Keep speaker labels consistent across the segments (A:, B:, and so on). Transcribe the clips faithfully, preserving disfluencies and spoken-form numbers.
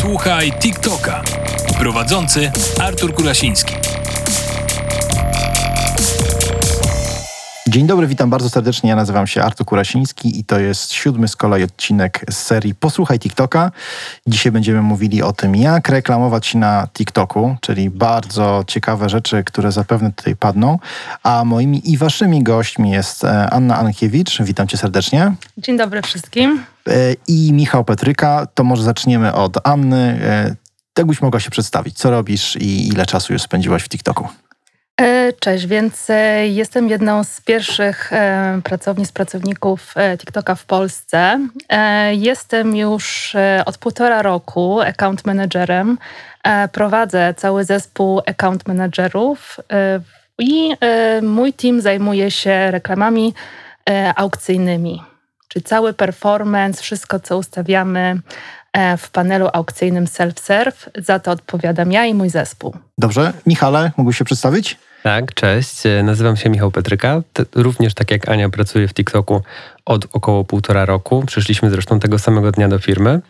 A: Posłuchaj TikToka. Prowadzący Artur Kurasiński.
B: Dzień dobry, witam bardzo serdecznie. Ja nazywam się Artur Kurasiński i to jest siódmy z kolei odcinek z serii Posłuchaj TikToka. Dzisiaj będziemy mówili o tym, jak reklamować się na TikToku, czyli bardzo ciekawe rzeczy, które zapewne tutaj padną. A moimi i waszymi gośćmi jest Anna Ankiewicz. Witam cię serdecznie.
C: Dzień dobry wszystkim.
B: I Michał Petryka. To może zaczniemy od Anny. Jakbyś mogła się przedstawić, co robisz i ile czasu już spędziłaś w TikToku?
C: Cześć, więc jestem jedną z pierwszych pracownic, pracowników TikToka w Polsce. Jestem już od półtora roku account managerem. Prowadzę cały zespół account managerów i mój team zajmuje się reklamami aukcyjnymi, czyli cały performance, wszystko co ustawiamy w panelu aukcyjnym self-serve. Za to odpowiadam ja i mój zespół.
B: Dobrze. Michale, mógłbyś się przedstawić?
D: Tak, cześć. Nazywam się Michał Petryka. Również tak jak Ania pracuję w TikToku od około półtora roku. Przyszliśmy zresztą tego samego dnia do firmy.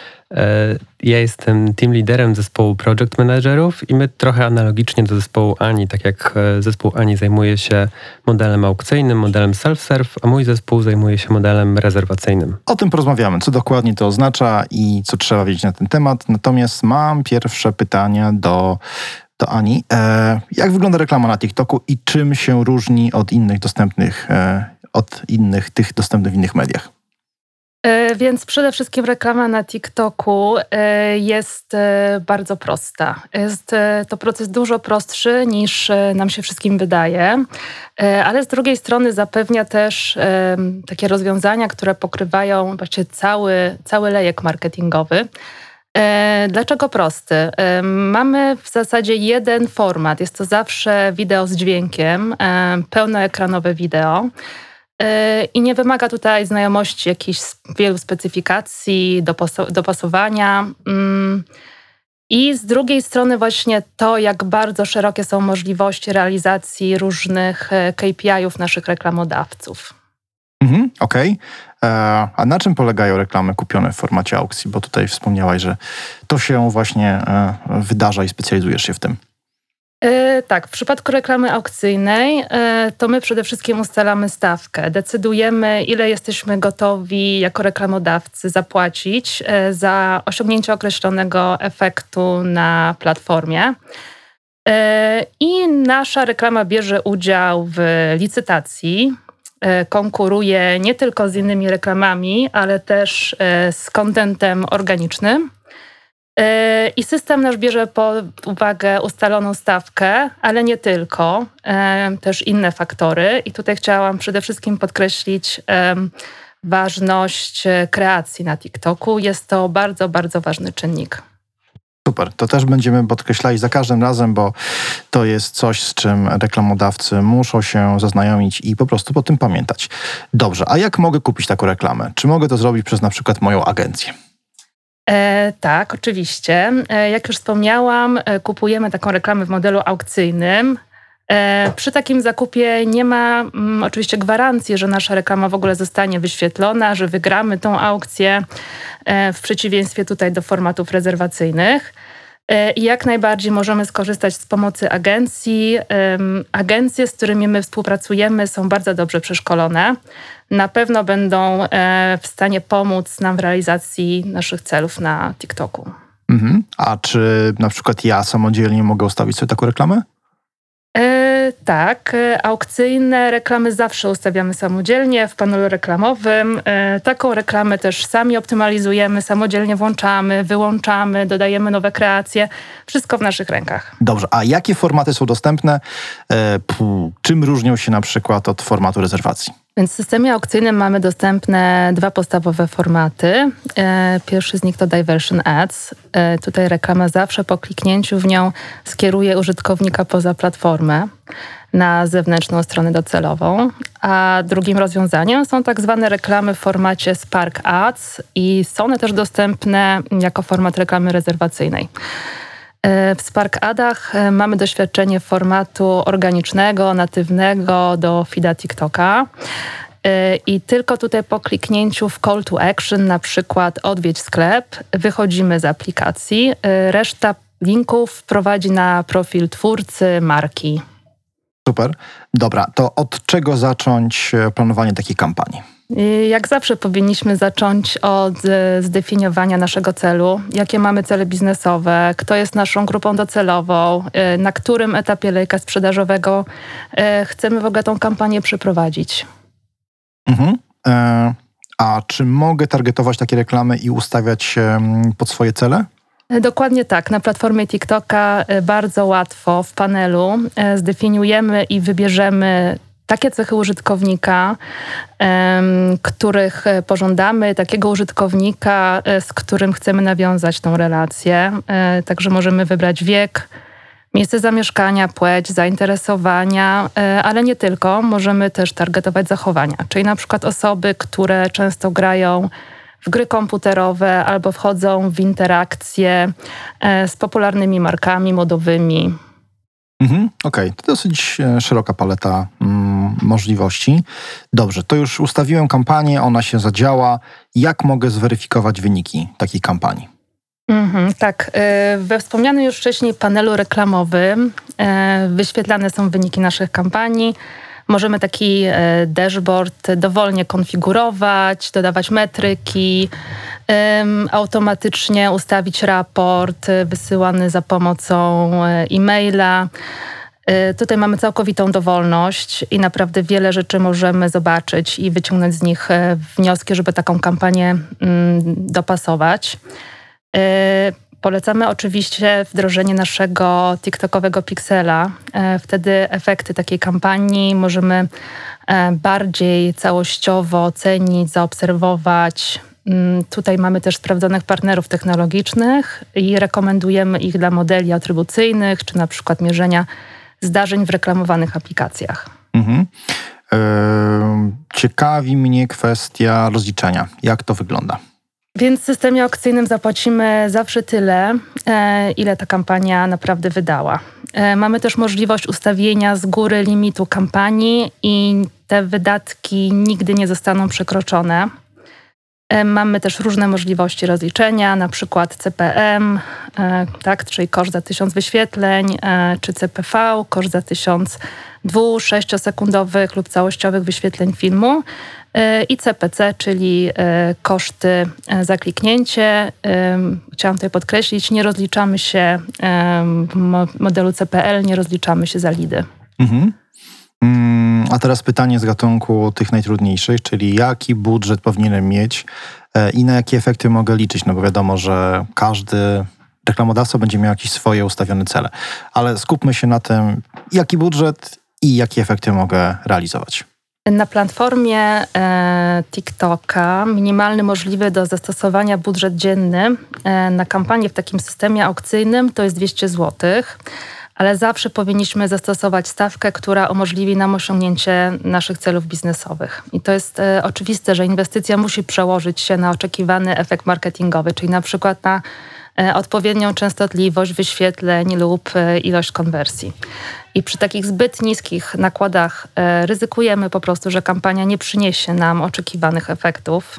D: Ja jestem team liderem zespołu project managerów i my trochę analogicznie do zespołu Ani, tak jak zespół Ani zajmuje się modelem aukcyjnym, modelem self-serve, a mój zespół zajmuje się modelem rezerwacyjnym.
B: O tym porozmawiamy, co dokładnie to oznacza i co trzeba wiedzieć na ten temat. Natomiast mam pierwsze pytania do, do Ani. E, jak wygląda reklama na TikToku i czym się różni od innych dostępnych, e, od innych tych dostępnych w innych mediach?
C: Więc przede wszystkim reklama na TikToku jest bardzo prosta. Jest to proces dużo prostszy niż nam się wszystkim wydaje, ale z drugiej strony zapewnia też takie rozwiązania, które pokrywają właściwie cały, cały lejek marketingowy. Dlaczego prosty? Mamy w zasadzie jeden format. Jest to zawsze wideo z dźwiękiem, pełnoekranowe wideo. I nie wymaga tutaj znajomości jakichś wielu specyfikacji, dopasowania. I z drugiej strony właśnie to, jak bardzo szerokie są możliwości realizacji różnych K P I ów naszych reklamodawców.
B: Mhm, okej. Okay. A na czym polegają reklamy kupione w formacie aukcji? Bo tutaj wspomniałaś, że to się właśnie wydarza i specjalizujesz się w tym.
C: Yy, tak, w przypadku reklamy aukcyjnej yy, to my przede wszystkim ustalamy stawkę. Decydujemy, ile jesteśmy gotowi jako reklamodawcy zapłacić yy, za osiągnięcie określonego efektu na platformie. Yy, I nasza reklama bierze udział w licytacji, yy, konkuruje nie tylko z innymi reklamami, ale też yy, z contentem organicznym. I system nasz bierze pod uwagę ustaloną stawkę, ale nie tylko, też inne faktory. I tutaj chciałam przede wszystkim podkreślić ważność kreacji na TikToku. Jest to bardzo, bardzo ważny czynnik.
B: Super, to też będziemy podkreślali za każdym razem, bo to jest coś, z czym reklamodawcy muszą się zaznajomić i po prostu po tym pamiętać. Dobrze, a jak mogę kupić taką reklamę? Czy mogę to zrobić przez na przykład moją agencję?
C: E, tak, oczywiście. E, jak już wspomniałam, e, kupujemy taką reklamę w modelu aukcyjnym. E, przy takim zakupie nie ma mm, oczywiście gwarancji, że nasza reklama w ogóle zostanie wyświetlona, że wygramy tą aukcję, e, w przeciwieństwie tutaj do formatów rezerwacyjnych. E, I jak najbardziej możemy skorzystać z pomocy agencji. E, agencje, z którymi my współpracujemy, są bardzo dobrze przeszkolone. Na pewno będą w stanie pomóc nam w realizacji naszych celów na TikToku.
B: Mhm. A czy na przykład ja samodzielnie mogę ustawić sobie taką reklamę?
C: E, tak, aukcyjne reklamy zawsze ustawiamy samodzielnie w panelu reklamowym. E, taką reklamę też sami optymalizujemy, samodzielnie włączamy, wyłączamy, dodajemy nowe kreacje. Wszystko w naszych rękach.
B: Dobrze, a jakie formaty są dostępne? E, puu, czym różnią się na przykład od formatu rezerwacji?
C: Więc w systemie aukcyjnym mamy dostępne dwa podstawowe formaty. Pierwszy z nich to Diversion Ads. Tutaj reklama zawsze po kliknięciu w nią skieruje użytkownika poza platformę na zewnętrzną stronę docelową. A drugim rozwiązaniem są tak zwane reklamy w formacie Spark Ads i są one też dostępne jako format reklamy rezerwacyjnej. W Spark Adach mamy doświadczenie formatu organicznego, natywnego do feeda TikToka. I tylko tutaj po kliknięciu w call to action, na przykład odwiedź sklep, wychodzimy z aplikacji. Reszta linków prowadzi na profil twórcy, marki.
B: Super. Dobra, to od czego zacząć planowanie takiej kampanii?
C: Jak zawsze powinniśmy zacząć od zdefiniowania naszego celu, jakie mamy cele biznesowe, kto jest naszą grupą docelową, na którym etapie lejka sprzedażowego chcemy w ogóle tą kampanię przeprowadzić.
B: Mhm. E, a czy mogę targetować takie reklamy i ustawiać pod swoje cele?
C: Dokładnie tak. Na platformie TikToka bardzo łatwo w panelu zdefiniujemy i wybierzemy takie cechy użytkownika, których pożądamy, takiego użytkownika, z którym chcemy nawiązać tą relację. Także możemy wybrać wiek, miejsce zamieszkania, płeć, zainteresowania, ale nie tylko. Możemy też targetować zachowania, czyli na przykład osoby, które często grają w gry komputerowe albo wchodzą w interakcje z popularnymi markami modowymi.
B: Mhm, Okej, okay. To dosyć szeroka paleta mm, możliwości. Dobrze, to już ustawiłem kampanię, ona się zadziała. Jak mogę zweryfikować wyniki takiej kampanii?
C: Mhm, tak, we wspomnianym już wcześniej panelu reklamowym wyświetlane są wyniki naszych kampanii. Możemy taki dashboard dowolnie konfigurować, dodawać metryki, automatycznie ustawić raport wysyłany za pomocą e-maila. Tutaj mamy całkowitą dowolność i naprawdę wiele rzeczy możemy zobaczyć i wyciągnąć z nich wnioski, żeby taką kampanię dopasować. Polecamy oczywiście wdrożenie naszego TikTokowego piksela. Wtedy efekty takiej kampanii możemy bardziej całościowo ocenić, zaobserwować. Tutaj mamy też sprawdzonych partnerów technologicznych i rekomendujemy ich dla modeli atrybucyjnych, czy na przykład mierzenia zdarzeń w reklamowanych aplikacjach. Mhm.
B: Yy, ciekawi mnie kwestia rozliczenia. Jak to wygląda?
C: Więc w systemie aukcyjnym zapłacimy zawsze tyle, ile ta kampania naprawdę wydała. Mamy też możliwość ustawienia z góry limitu kampanii i te wydatki nigdy nie zostaną przekroczone. Mamy też różne możliwości rozliczenia, na przykład C P M, tak, czyli koszt za tysiąc wyświetleń, czy C P V, koszt za tysiąc dwu-, sześciosekundowych lub całościowych wyświetleń filmu i C P C, czyli koszty za kliknięcie. Chciałam tutaj podkreślić, nie rozliczamy się w modelu C P L, nie rozliczamy się za lidy. Mhm.
B: A teraz pytanie z gatunku tych najtrudniejszych, czyli jaki budżet powinienem mieć i na jakie efekty mogę liczyć? No bo wiadomo, że każdy reklamodawca będzie miał jakieś swoje ustawione cele. Ale skupmy się na tym, jaki budżet i jakie efekty mogę realizować.
C: Na platformie e, TikToka minimalny możliwy do zastosowania budżet dzienny e, na kampanię w takim systemie aukcyjnym to jest dwieście złotych. Ale zawsze powinniśmy zastosować stawkę, która umożliwi nam osiągnięcie naszych celów biznesowych. I to jest e, oczywiste, że inwestycja musi przełożyć się na oczekiwany efekt marketingowy, czyli na przykład na e, odpowiednią częstotliwość wyświetleń lub e, ilość konwersji. I przy takich zbyt niskich nakładach e, ryzykujemy po prostu, że kampania nie przyniesie nam oczekiwanych efektów.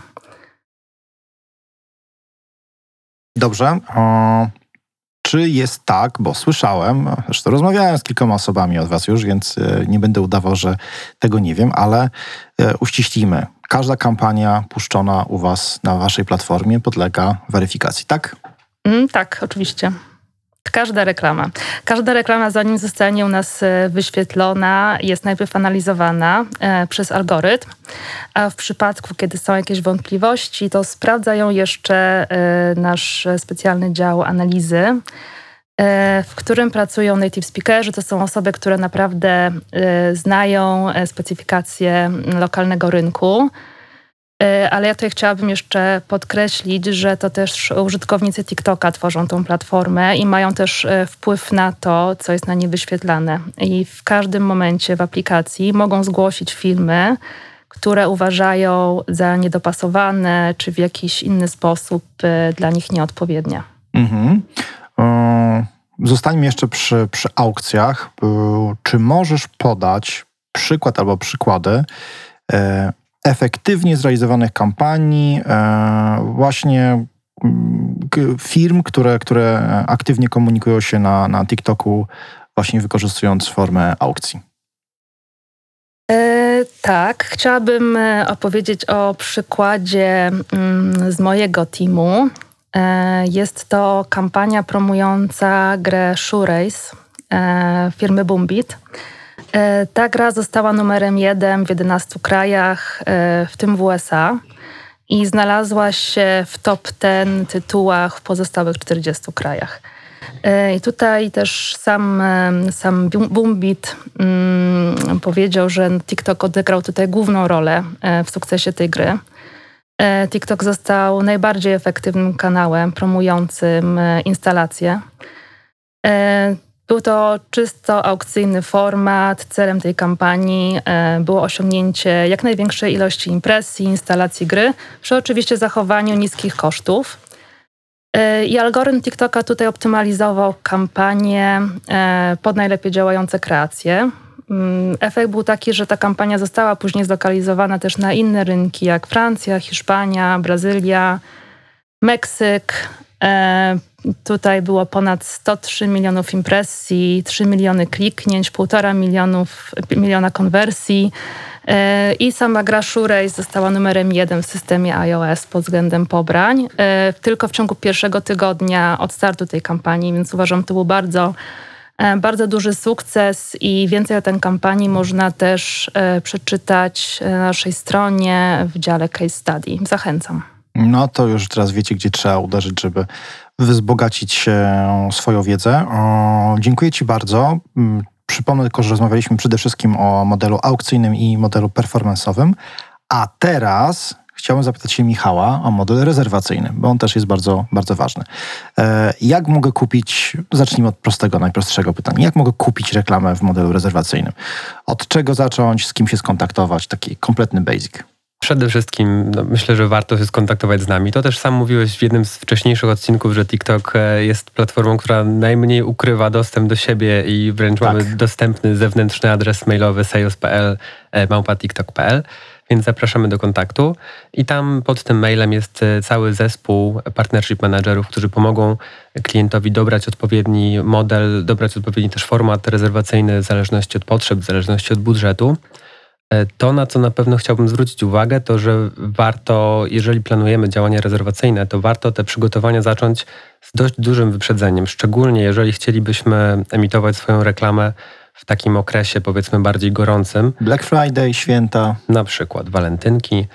B: Dobrze. O... Czy jest tak, bo słyszałem, zresztą rozmawiałem z kilkoma osobami od was już, więc nie będę udawał, że tego nie wiem, ale uściślimy. Każda kampania puszczona u was na waszej platformie podlega weryfikacji, tak?
C: Mm, tak, oczywiście. Każda reklama. Każda reklama, zanim zostanie u nas wyświetlona, jest najpierw analizowana e, przez algorytm, a w przypadku, kiedy są jakieś wątpliwości, to sprawdza ją jeszcze e, nasz specjalny dział analizy, e, w którym pracują native speakerzy. To są osoby, które naprawdę e, znają specyfikacje lokalnego rynku. Ale ja tutaj chciałabym jeszcze podkreślić, że to też użytkownicy TikToka tworzą tą platformę i mają też wpływ na to, co jest na niej wyświetlane. I w każdym momencie w aplikacji mogą zgłosić filmy, które uważają za niedopasowane, czy w jakiś inny sposób dla nich nieodpowiednie. Mhm.
B: Zostańmy jeszcze przy, przy aukcjach. Czy możesz podać przykład albo przykłady, efektywnie zrealizowanych kampanii e, właśnie firm, które, które aktywnie komunikują się na, na TikToku, właśnie wykorzystując formę aukcji.
C: E, tak, chciałabym opowiedzieć o przykładzie mm, z mojego teamu. E, jest to kampania promująca grę Shoe Race e, firmy Boombit. E, ta gra została numerem jeden w jedenastu krajach, e, w tym w U S A. I znalazła się w top dziesięć tytułach w pozostałych czterdziestu krajach. I tutaj też sam, sam Boombit um, powiedział, że TikTok odegrał tutaj główną rolę w sukcesie tej gry. TikTok został najbardziej efektywnym kanałem promującym instalacje. Był to czysto aukcyjny format. Celem tej kampanii było osiągnięcie jak największej ilości impresji, instalacji gry, przy oczywiście zachowaniu niskich kosztów. I algorytm TikToka tutaj optymalizował kampanię pod najlepiej działające kreacje. Efekt był taki, że ta kampania została później zlokalizowana też na inne rynki, jak Francja, Hiszpania, Brazylia, Meksyk. Tutaj było ponad sto trzy milionów impresji, trzy miliony kliknięć, półtora milionów, miliona konwersji i sama gra Shoe Race została numerem jeden w systemie iOS pod względem pobrań. Tylko w ciągu pierwszego tygodnia od startu tej kampanii, więc uważam, że to był bardzo, bardzo duży sukces i więcej o tej kampanii można też przeczytać na naszej stronie w dziale Case Study. Zachęcam.
B: No to już teraz wiecie, gdzie trzeba uderzyć, żeby wzbogacić swoją wiedzę. O, dziękuję Ci bardzo. Przypomnę tylko, że rozmawialiśmy przede wszystkim o modelu aukcyjnym i modelu performance'owym, a teraz chciałbym zapytać się Michała o model rezerwacyjny, bo on też jest bardzo, bardzo ważny. E, jak mogę kupić, zacznijmy od prostego, najprostszego pytania, jak mogę kupić reklamę w modelu rezerwacyjnym? Od czego zacząć, z kim się skontaktować? Taki kompletny basic.
D: Przede wszystkim no, myślę, że warto się skontaktować z nami. To też sam mówiłeś w jednym z wcześniejszych odcinków, że TikTok jest platformą, która najmniej ukrywa dostęp do siebie i wręcz tak. Mamy dostępny zewnętrzny adres mailowy sales kropka p l małpa tiktok kropka p l, więc zapraszamy do kontaktu. I tam pod tym mailem jest cały zespół partnership managerów, którzy pomogą klientowi dobrać odpowiedni model, dobrać odpowiedni też format rezerwacyjny w zależności od potrzeb, w zależności od budżetu. To, na co na pewno chciałbym zwrócić uwagę, to że warto, jeżeli planujemy działania rezerwacyjne, to warto te przygotowania zacząć z dość dużym wyprzedzeniem, szczególnie jeżeli chcielibyśmy emitować swoją reklamę w takim okresie, powiedzmy, bardziej gorącym.
B: Black Friday, święta.
D: Na przykład walentynki.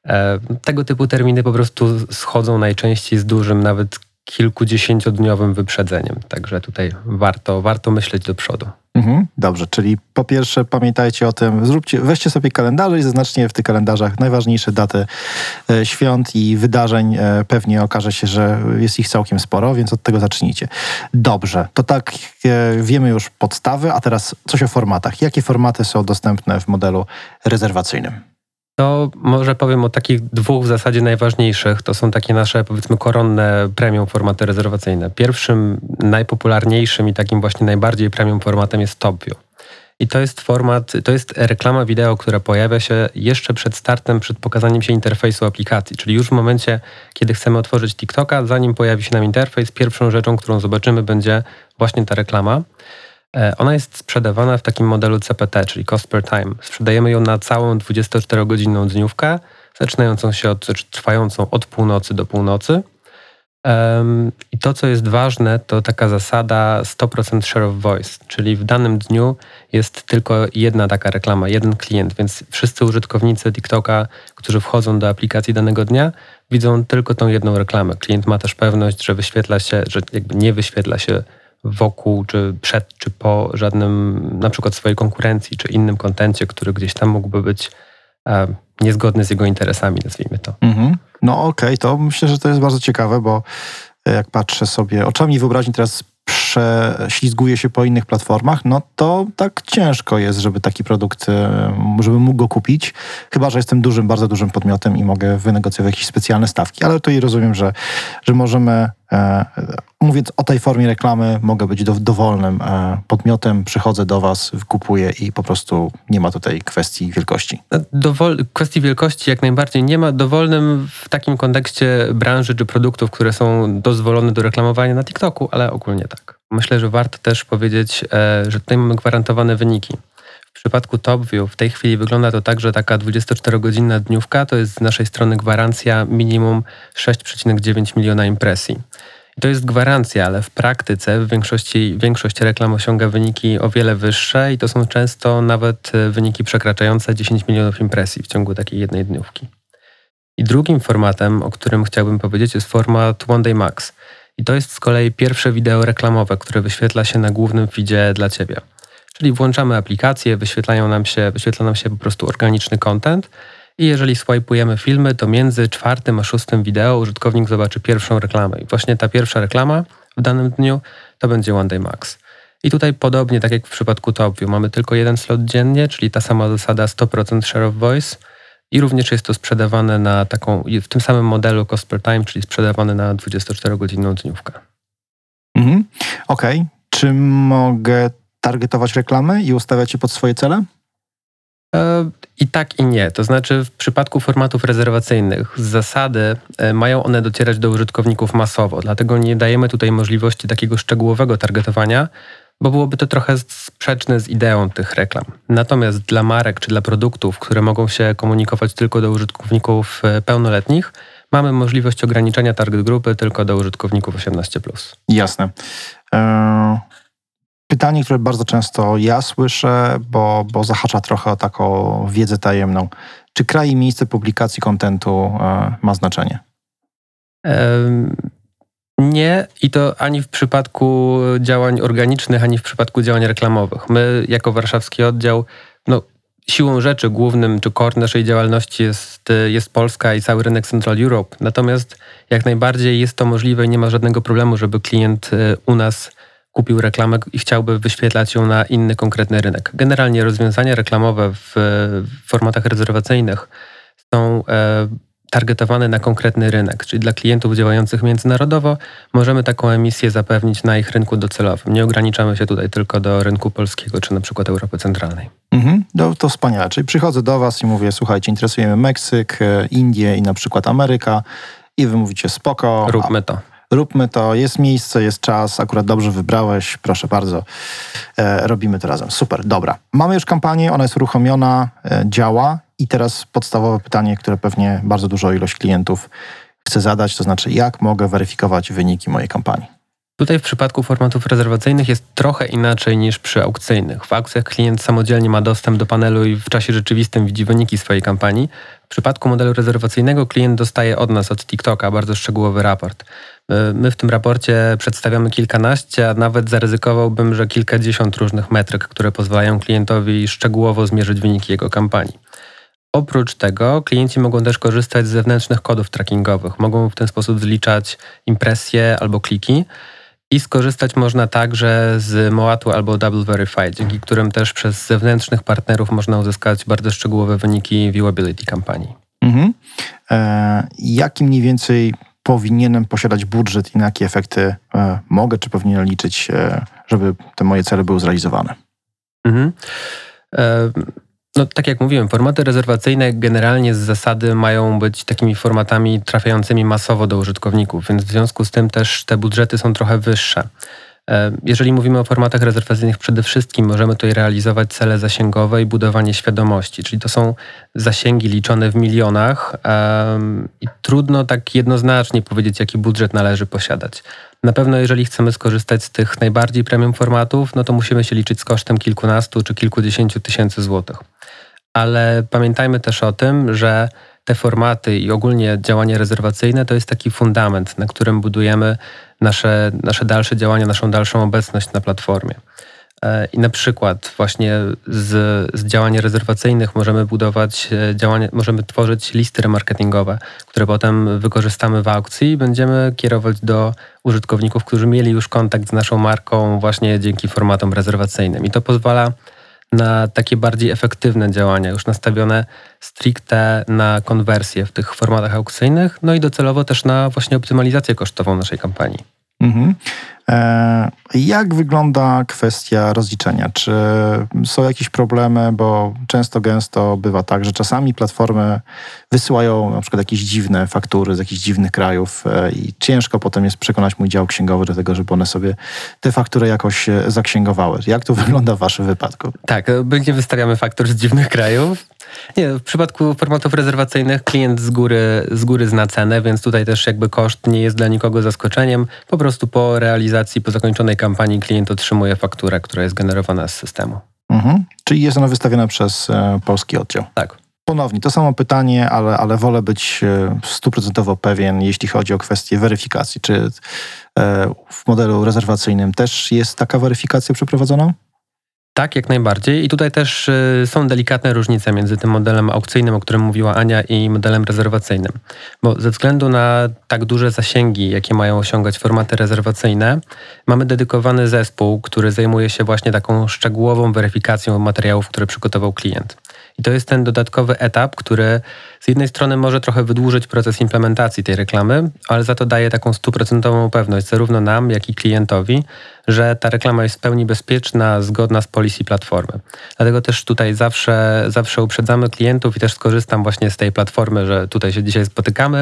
D: Tego typu terminy po prostu schodzą najczęściej z dużym, nawet kilkudziesięciodniowym wyprzedzeniem. Także tutaj warto, warto myśleć do przodu.
B: Mhm, dobrze, czyli po pierwsze pamiętajcie o tym, zróbcie, weźcie sobie kalendarze i zaznaczcie w tych kalendarzach najważniejsze daty e, świąt i wydarzeń. E, pewnie okaże się, że jest ich całkiem sporo, więc od tego zacznijcie. Dobrze, to tak e, wiemy już podstawy, a teraz coś o formatach. Jakie formaty są dostępne w modelu rezerwacyjnym?
D: To może powiem o takich dwóch w zasadzie najważniejszych. To są takie nasze, powiedzmy, koronne premium formaty rezerwacyjne. Pierwszym, najpopularniejszym i takim właśnie najbardziej premium formatem jest TopView. I to jest format, to jest reklama wideo, która pojawia się jeszcze przed startem, przed pokazaniem się interfejsu aplikacji. Czyli już w momencie, kiedy chcemy otworzyć TikToka, zanim pojawi się nam interfejs, pierwszą rzeczą, którą zobaczymy, będzie właśnie ta reklama. Ona jest sprzedawana w takim modelu C P T, czyli cost per time. Sprzedajemy ją na całą dwudziestoczterogodzinną dniówkę, zaczynającą się od, trwającą od północy do północy. Um, I to, co jest ważne, to taka zasada sto procent share of voice, czyli w danym dniu jest tylko jedna taka reklama, jeden klient, więc wszyscy użytkownicy TikToka, którzy wchodzą do aplikacji danego dnia, widzą tylko tą jedną reklamę. Klient ma też pewność, że wyświetla się, że jakby nie wyświetla się wokół, czy przed, czy po żadnym, na przykład swojej konkurencji, czy innym kontencie, który gdzieś tam mógłby być e, niezgodny z jego interesami, nazwijmy to.
B: Mhm. No okej, okay, to myślę, że to jest bardzo ciekawe, bo jak patrzę sobie oczami wyobraźni teraz prześlizguje się po innych platformach, no to tak ciężko jest, żeby taki produkt, e, żeby mógł go kupić. Chyba że jestem dużym, bardzo dużym podmiotem i mogę wynegocjować jakieś specjalne stawki. Ale to i rozumiem, że, że możemy, e, mówiąc o tej formie reklamy, mogę być do, dowolnym e, podmiotem, przychodzę do was, kupuję i po prostu nie ma tutaj kwestii wielkości.
D: Dowol- kwestii wielkości jak najbardziej nie ma. Dowolnym w takim kontekście branży czy produktów, które są dozwolone do reklamowania na TikToku, ale ogólnie tak. Myślę, że warto też powiedzieć, e, że tutaj mamy gwarantowane wyniki. W przypadku TopView w tej chwili wygląda to tak, że taka dwudziestoczterogodzinna dniówka to jest z naszej strony gwarancja minimum sześć przecinek dziewięć miliona impresji. I to jest gwarancja, ale w praktyce w większości, większość reklam osiąga wyniki o wiele wyższe i to są często nawet wyniki przekraczające dziesięć milionów impresji w ciągu takiej jednej dniówki. I drugim formatem, o którym chciałbym powiedzieć, jest format One Day Max. I to jest z kolei pierwsze wideo reklamowe, które wyświetla się na głównym feedzie dla Ciebie. Czyli włączamy aplikację, wyświetlają nam się, wyświetla nam się po prostu organiczny content i jeżeli swajpujemy filmy, to między czwartym a szóstym wideo użytkownik zobaczy pierwszą reklamę. I właśnie ta pierwsza reklama w danym dniu to będzie One Day Max. I tutaj podobnie, tak jak w przypadku TopView, mamy tylko jeden slot dziennie, czyli ta sama zasada sto procent share of voice i również jest to sprzedawane na taką, w tym samym modelu cost per time, czyli sprzedawane na dwudziestoczterogodzinną dniówkę.
B: Mhm. Okej. Okay. Czy mogę targetować reklamy i ustawiać je pod swoje cele?
D: I tak i nie. To znaczy w przypadku formatów rezerwacyjnych z zasady mają one docierać do użytkowników masowo, dlatego nie dajemy tutaj możliwości takiego szczegółowego targetowania, bo byłoby to trochę sprzeczne z ideą tych reklam. Natomiast dla marek czy dla produktów, które mogą się komunikować tylko do użytkowników pełnoletnich, mamy możliwość ograniczenia target grupy tylko do użytkowników osiemnaście plus.
B: Jasne. Eee... Pytanie, które bardzo często ja słyszę, bo, bo zahacza trochę o taką wiedzę tajemną. Czy kraj i miejsce publikacji kontentu e, ma znaczenie?
D: Um, nie i to ani w przypadku działań organicznych, ani w przypadku działań reklamowych. My jako warszawski oddział, no siłą rzeczy głównym czy core naszej działalności jest, jest Polska i cały rynek Central Europe. Natomiast jak najbardziej jest to możliwe i nie ma żadnego problemu, żeby klient u nas kupił reklamę i chciałby wyświetlać ją na inny konkretny rynek. Generalnie rozwiązania reklamowe w formatach rezerwacyjnych są e, targetowane na konkretny rynek, czyli dla klientów działających międzynarodowo możemy taką emisję zapewnić na ich rynku docelowym. Nie ograniczamy się tutaj tylko do rynku polskiego czy na przykład Europy Centralnej.
B: Mhm, to, to wspaniale. Czyli przychodzę do was i mówię, słuchajcie, interesujemy Meksyk, Indie i na przykład Ameryka i wy mówicie spoko.
D: Róbmy to.
B: Róbmy to, jest miejsce, jest czas, akurat dobrze wybrałeś, proszę bardzo, e, robimy to razem. Super, dobra. Mamy już kampanię, ona jest uruchomiona, e, działa i teraz podstawowe pytanie, które pewnie bardzo dużo ilość klientów chce zadać, to znaczy jak mogę weryfikować wyniki mojej kampanii?
D: Tutaj w przypadku formatów rezerwacyjnych jest trochę inaczej niż przy aukcyjnych. W aukcjach klient samodzielnie ma dostęp do panelu i w czasie rzeczywistym widzi wyniki swojej kampanii. W przypadku modelu rezerwacyjnego klient dostaje od nas, od TikToka, bardzo szczegółowy raport. My w tym raporcie przedstawiamy kilkanaście, a nawet zaryzykowałbym, że kilkadziesiąt różnych metryk, które pozwalają klientowi szczegółowo zmierzyć wyniki jego kampanii. Oprócz tego klienci mogą też korzystać z zewnętrznych kodów trackingowych. Mogą w ten sposób zliczać impresje albo kliki i skorzystać można także z MOAT-u albo Double Verify, dzięki którym też przez zewnętrznych partnerów można uzyskać bardzo szczegółowe wyniki viewability kampanii.
B: Mhm. E, jaki mniej więcej powinienem posiadać budżet i na jakie efekty e, mogę czy powinienem liczyć, e, żeby te moje cele były zrealizowane?
D: Mhm. E, no tak jak mówiłem, formaty rezerwacyjne generalnie z zasady mają być takimi formatami trafiającymi masowo do użytkowników, więc w związku z tym też te budżety są trochę wyższe. Jeżeli mówimy o formatach rezerwacyjnych, przede wszystkim możemy tutaj realizować cele zasięgowe i budowanie świadomości, czyli to są zasięgi liczone w milionach um, i trudno tak jednoznacznie powiedzieć, jaki budżet należy posiadać. Na pewno jeżeli chcemy skorzystać z tych najbardziej premium formatów, no to musimy się liczyć z kosztem kilkunastu czy kilkudziesięciu tysięcy złotych. Ale pamiętajmy też o tym, że te formaty i ogólnie działanie rezerwacyjne to jest taki fundament, na którym budujemy nasze, nasze dalsze działania, naszą dalszą obecność na platformie. I na przykład właśnie z, z działań rezerwacyjnych możemy budować działania, możemy tworzyć listy remarketingowe, które potem wykorzystamy w aukcji i będziemy kierować do użytkowników, którzy mieli już kontakt z naszą marką właśnie dzięki formatom rezerwacyjnym. I to pozwala na takie bardziej efektywne działania, już nastawione stricte na konwersję w tych formatach aukcyjnych, no i docelowo też na właśnie optymalizację kosztową naszej kampanii.
B: Mhm. E, jak wygląda kwestia rozliczenia? Czy są jakieś problemy? Bo często, gęsto bywa tak, że czasami platformy wysyłają na przykład jakieś dziwne faktury z jakichś dziwnych krajów e, i ciężko potem jest przekonać mój dział księgowy do tego, żeby one sobie te faktury jakoś zaksięgowały. Jak to wygląda w waszym wypadku?
D: Tak, my nie wystawiamy faktur z dziwnych krajów. Nie, w przypadku formatów rezerwacyjnych klient z góry, z góry zna cenę, więc tutaj też jakby koszt nie jest dla nikogo zaskoczeniem. Po prostu po realizacji, po zakończonej kampanii klient otrzymuje fakturę, która jest generowana z systemu.
B: Mhm. Czyli jest ona wystawiona przez e, polski oddział?
D: Tak.
B: Ponownie, to samo pytanie, ale, ale wolę być stuprocentowo pewien, jeśli chodzi o kwestię weryfikacji. Czy e, w modelu rezerwacyjnym też jest taka weryfikacja przeprowadzona?
D: Tak, jak najbardziej. I tutaj też y, są delikatne różnice między tym modelem aukcyjnym, o którym mówiła Ania, i modelem rezerwacyjnym. Bo ze względu na tak duże zasięgi, jakie mają osiągać formaty rezerwacyjne, mamy dedykowany zespół, który zajmuje się właśnie taką szczegółową weryfikacją materiałów, które przygotował klient. I to jest ten dodatkowy etap, który z jednej strony może trochę wydłużyć proces implementacji tej reklamy, ale za to daje taką stuprocentową pewność zarówno nam, jak i klientowi, że ta reklama jest w pełni bezpieczna, zgodna z policy platformy. Dlatego też tutaj zawsze, zawsze uprzedzamy klientów i też skorzystam właśnie z tej platformy, że tutaj się dzisiaj spotykamy,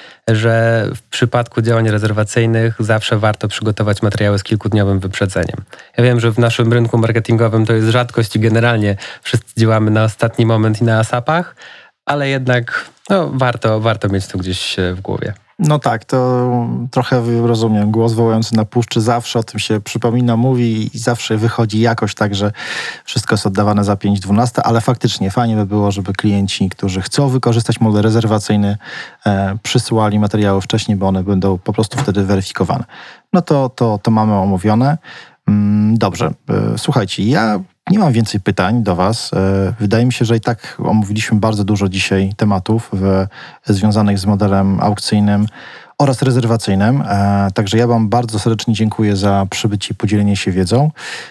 D: że w przypadku działań rezerwacyjnych zawsze warto przygotować materiały z kilkudniowym wyprzedzeniem. Ja wiem, że w naszym rynku marketingowym to jest rzadkość i generalnie wszyscy działamy na ostatni moment i na asapach, ale jednak no, warto, warto mieć to gdzieś w głowie.
B: No tak, to trochę rozumiem. Głos wołający na puszczy zawsze o tym się przypomina, mówi i zawsze wychodzi jakoś tak, że wszystko jest oddawane za pięć dwanaście, ale faktycznie fajnie by było, żeby klienci, którzy chcą wykorzystać model rezerwacyjny, e, przysyłali materiały wcześniej, bo one będą po prostu wtedy weryfikowane. No to, to, to mamy omówione. Mm, dobrze, e, słuchajcie, ja nie mam więcej pytań do was. Wydaje mi się, że i tak omówiliśmy bardzo dużo dzisiaj tematów w, związanych z modelem aukcyjnym oraz rezerwacyjnym. Także ja wam bardzo serdecznie dziękuję za przybycie i podzielenie się wiedzą.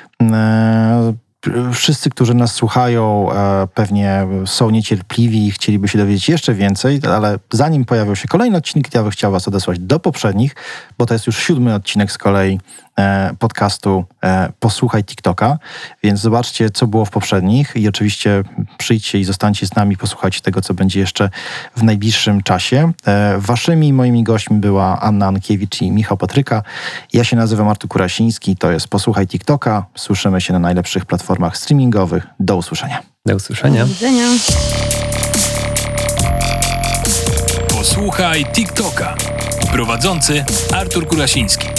B: Wszyscy, którzy nas słuchają, pewnie są niecierpliwi i chcieliby się dowiedzieć jeszcze więcej, ale zanim pojawią się kolejne odcinki, to ja bym chciał was odesłać do poprzednich, bo to jest już siódmy odcinek z kolei podcastu Posłuchaj TikToka, więc zobaczcie, co było w poprzednich i oczywiście przyjdźcie i zostańcie z nami, posłuchajcie tego, co będzie jeszcze w najbliższym czasie. Waszymi i moimi gośćmi była Anna Ankiewicz i Michał Patryka. Ja się nazywam Artur Kurasiński, to jest Posłuchaj TikToka. Słyszymy się na najlepszych platformach streamingowych. Do usłyszenia.
D: Do usłyszenia.
C: Do widzenia.
A: Posłuchaj TikToka. Prowadzący Artur Kurasiński.